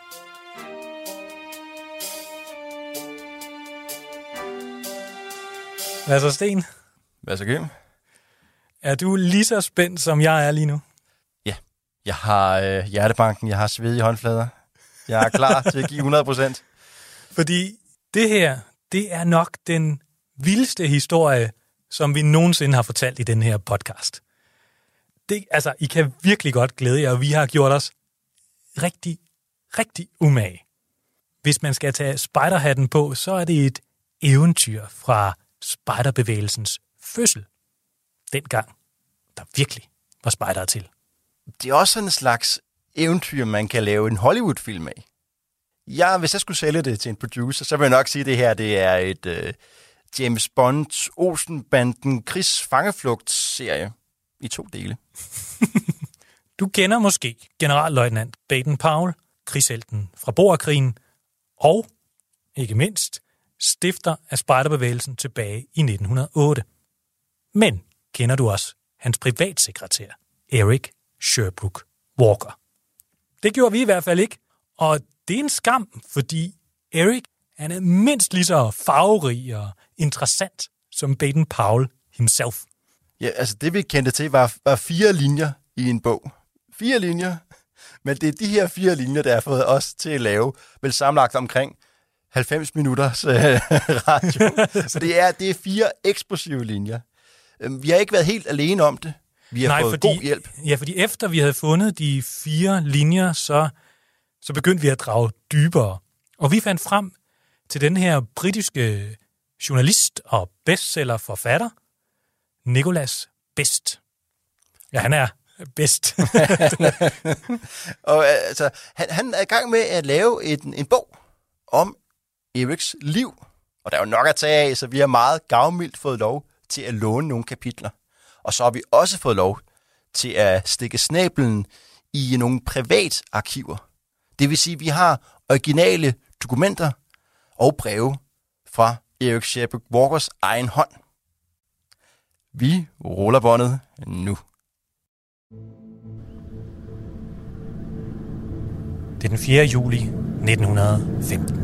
D: Hvad så, Sten?
E: Hvad så, Kim?
D: Er du lige så spændt, som jeg er lige nu?
E: Ja, jeg har hjertebanken, jeg har sved i håndflader. Jeg er klar til at give 100%.
D: Fordi det her, det er nok den vildeste historie, som vi nogensinde har fortalt i den her podcast. I kan virkelig godt glæde jer, og vi har gjort os rigtig, rigtig umage. Hvis man skal tage spejderhatten på, så er det et eventyr fra spejderbevægelsens fødsel. Dengang, der virkelig var spejdere til.
E: Det er også sådan en slags eventyr, man kan lave en Hollywood-film af. Hvis jeg skulle sælge det til en producer, så vil jeg nok sige, at det her det er et James Bond Olsen-banden krigsfangeflugt-serie i 2 dele.
D: Du kender måske generalløjtnant Baden-Powell, krigshelten fra Boerkrigen, og ikke mindst stifter af spejderbevægelsen tilbage i 1908. Men kender du også hans privatsekretær, Eric Sherbrooke Walker? Det gjorde vi i hvert fald ikke, og det er en skam, fordi Eric han er mindst lige så farverig og interessant som Baden-Powell himself.
E: Ja, altså det vi kendte til var 4 linjer i en bog. 4 linjer. Men det er de her 4 linjer, der har fået os til at lave vel sammenlagt omkring 90 minutters radio. Så det er 4 eksplosive linjer. Vi har ikke været helt alene om det. Vi har fået god hjælp.
D: Ja, fordi efter vi havde fundet de 4 linjer, så begyndte vi at drage dybere. Og vi fandt frem til den her britiske journalist og bestsellerforfatter, Nicholas Best. Ja, han er bedst.
E: Og altså, han er i gang med at lave en bog om Erics liv. Og der er jo nok at tage af, så vi har meget gavmildt fået lov til at låne nogle kapitler. Og så har vi også fået lov til at stikke snablen i nogle privatarkiver. Det vil sige, at vi har originale dokumenter og breve fra Eric Sherbrooke Walkers egen hånd. Vi ruller båndet nu.
D: Det er den 4. juli 1915.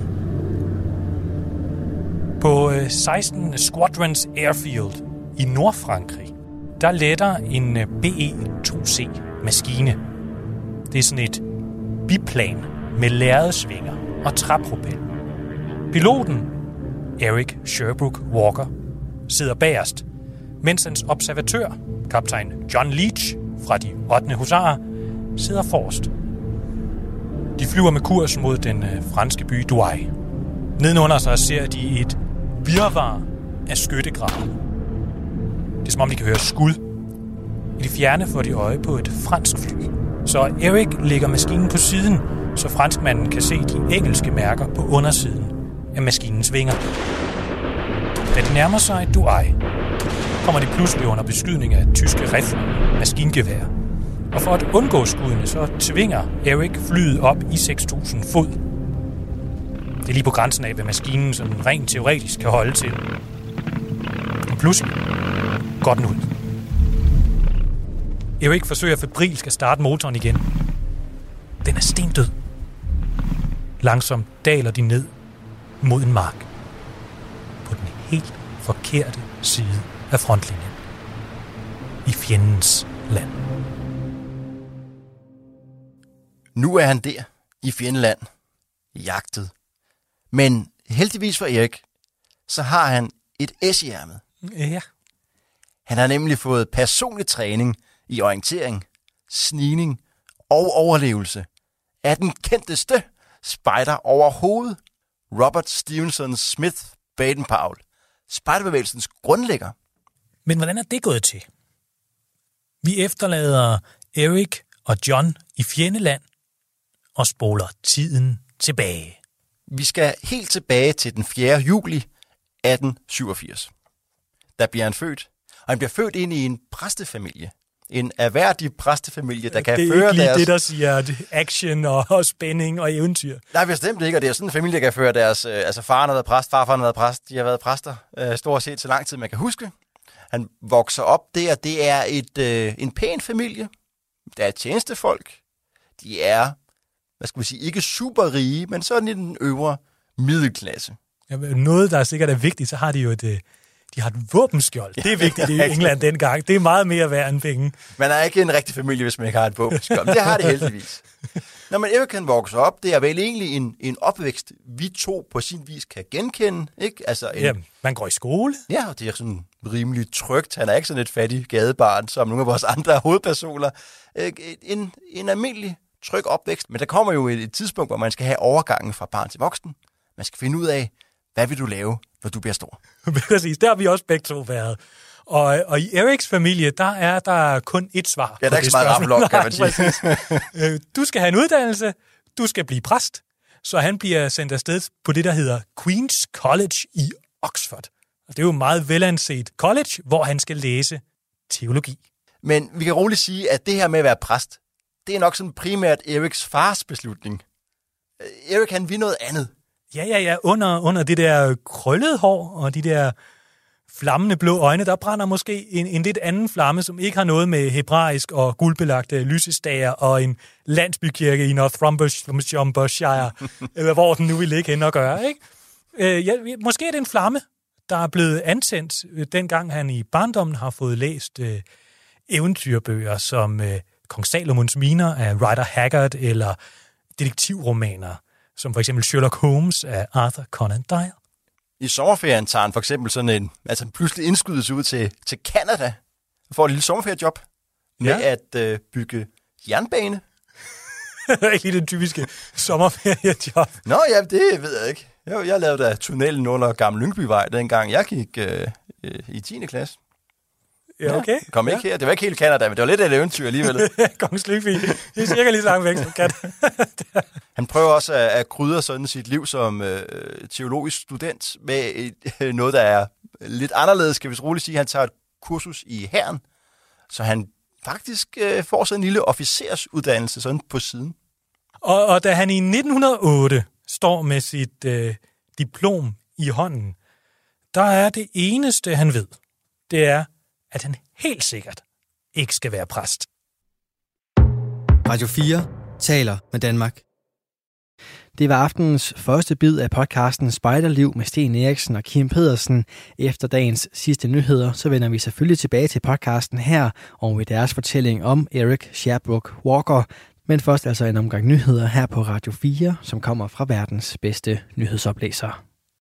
D: På 16 Squadrons Airfield i Nordfrankrig, der letter en BE-2C maskine Det er sådan et biplan med lærredsvinger og træpropel. Piloten, Eric Sherbrooke Walker, sidder bagerst, mens hans observatør, kaptajn John Leach fra de 8. husarer, sidder forrest. De flyver med kurs mod den franske by Douai. Nedenunder sig ser de et virvar af skyttegrave. Det er som om de kan høre skud. I det fjerne får de øje på et fransk fly. Så Eric lægger maskinen på siden, så franskmanden kan se de engelske mærker på undersiden af maskinens vinger. Da de nærmer sig Douai, kommer de pludselig under beskydning af tyske rifler, maskingevær. Og for at undgå skuddene, så tvinger Eric flyet op i 6.000 fod. Det er lige på grænsen af, hvad maskinen sådan rent teoretisk kan holde til. Og pludselig går den ud. Eric forsøger febrilsk at starte motoren igen. Den er stendød. Langsomt daler de ned mod en mark. På den helt forkerte side af frontlinjen. I fjendens land.
E: Nu er han der, i fjendeland, jagtet. Men heldigvis for Erik, så har han et S i ærmet.
D: Ja.
E: Han har nemlig fået personlig træning i orientering, snigning og overlevelse af den kendteste spejder overhovedet, Robert Stevenson Smith Baden-Powell, spejderbevægelsens grundlægger.
D: Men hvordan er det gået til? Vi efterlader Eric og John i fjendeland og spoler tiden tilbage.
E: Vi skal helt tilbage til den 4. juli 1887. Der bliver han født, og han bliver født ind i en præstefamilie. En erhverdig præstefamilie, der kan føre deres...
D: Det er ikke lige det, der siger action og spænding og eventyr.
E: Nej, bestemt ikke, og det er sådan en familie, der kan føre deres... faren har været præst, farfaren har været præst, de har været præster stort set så lang tid, man kan huske. Han vokser op der, det er en pæn familie. Der er tjenestefolk. De er, ikke super rige, men sådan i den øvre middelklasse.
D: Ja, noget, der sikkert er vigtigt, så har de jo de har et våbenskjold. Det er vigtigt i England dengang. Det er meget mere værd end penge.
E: Man er ikke en rigtig familie, hvis man ikke har et våbenskjold. Det har det heldigvis. Når man Eric kan vokse op, det er vel egentlig en opvækst, vi to på sin vis kan genkende. Ikke? Altså
D: man går i skole.
E: Ja, og det er sådan rimelig trygt. Han er ikke sådan et fattigt gadebarn, som nogle af vores andre hovedpersoner. En almindelig tryg opvækst. Men der kommer jo et tidspunkt, hvor man skal have overgangen fra barn til voksen. Man skal finde ud af, hvad vil du lave, når du bliver stor?
D: Præcis, der har vi også begge to været. Og i Erics familie, der er der kun ét svar.
E: Ja, der er ikke så meget rappelok, kan man sige.
D: Du skal have en uddannelse, du skal blive præst. Så han bliver sendt afsted på det, der hedder Queen's College i Oxford. Og det er jo meget velanset college, hvor han skal læse teologi.
E: Men vi kan roligt sige, at det her med at være præst, det er nok sådan primært Erics fars beslutning. Eric, han vil noget andet.
D: Ja. Under det der krøllede hår og de der flammende blå øjne, der brænder måske en lidt anden flamme, som ikke har noget med hebraisk og guldbelagte lysestager og en landsbykirke i Northumbria, eller hvor den nu vil ligge hen og gøre, ikke? Måske er det en flamme, der er blevet antændt, dengang han i barndommen har fået læst eventyrbøger som Kong Salomons miner af Rider Haggard eller detektivromaner, som for eksempel Sherlock Holmes af Arthur Conan Doyle.
E: I sommerferien tager han for eksempel sådan en pludselig indskydelse ud til Canada og får et lille sommerferiejob med at bygge jernbane.
D: Ikke lige den typiske sommerferiejob.
E: Nå ja, det ved jeg ikke. Jeg lavede da tunnelen under Gammel Lyngbyvej, dengang jeg gik i 10. klasse.
D: Ja, okay.
E: Kom ikke her. Det var ikke helt Canada, men det var lidt af et eventyr alligevel.
D: Kongens Lyngby. Det er cirka lige så langt væk som Canada.
E: Han prøver også at krydre sådan sit liv som teologisk student med noget, der er lidt anderledes, skal vi roligt sige. Han tager et kursus i hæren, så han faktisk får sådan en lille officersuddannelse sådan på siden.
D: Og da han i 1908 står med sit diplom i hånden, der er det eneste, han ved, det er, at han helt sikkert ikke skal være præst.
A: Radio 4 taler med Danmark. Det var aftenens første bid af podcasten Spejderliv med Sten Eriksen og Kim Pedersen. Efter dagens sidste nyheder, så vender vi selvfølgelig tilbage til podcasten her og i deres fortælling om Eric Sherbrooke Walker. Men først altså en omgang nyheder her på Radio 4, som kommer fra verdens bedste nyhedsoplæser.